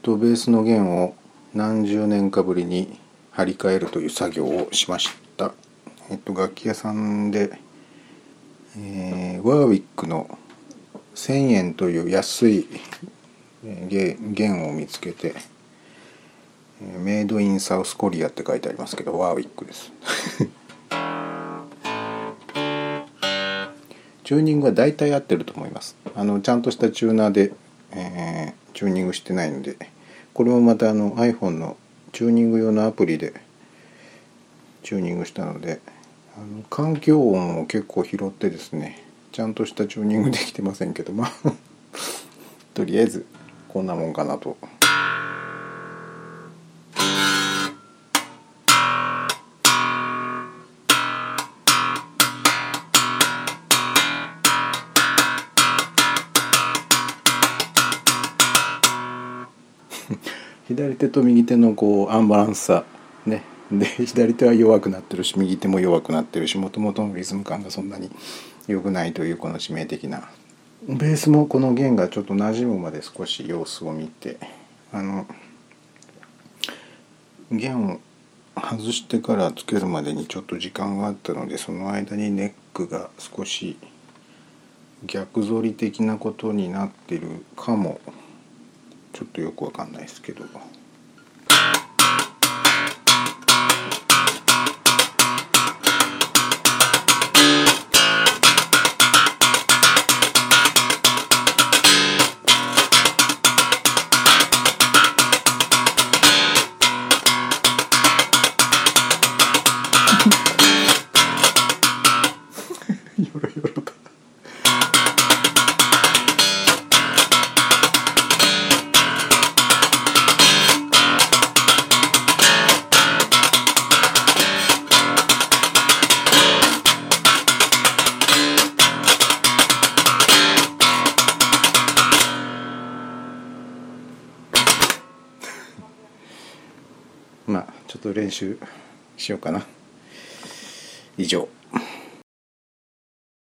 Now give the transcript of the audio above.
ベースの弦を何十年かぶりに張り替えるという作業をしました。楽器屋さんで、ワーウィックの1000円という安い弦を見つけて、メイドインサウスコリアって書いてありますけど、ワーウィックです。チューニングは大体合ってると思います。ちゃんとしたチューナーで、チューニングしてないので、これもまたiPhone のチューニング用のアプリでチューニングしたので、環境音を結構拾ってですね、ちゃんとしたチューニングできてませんけど、とりあえずこんなもんかなと。左手と右手のアンバランスさね、で左手は弱くなってるし、右手も弱くなってるし、もともとのリズム感がそんなに良くないというこの致命的な。ベースもこの弦がちょっと馴染むまで少し様子を見て、弦を外してからつけるまでにちょっと時間があったので、その間にネックが少し逆反り的なことになってるかも、ちょっとよくわかんないですけど。よろよろか。ちょっと練習しようかな。以上。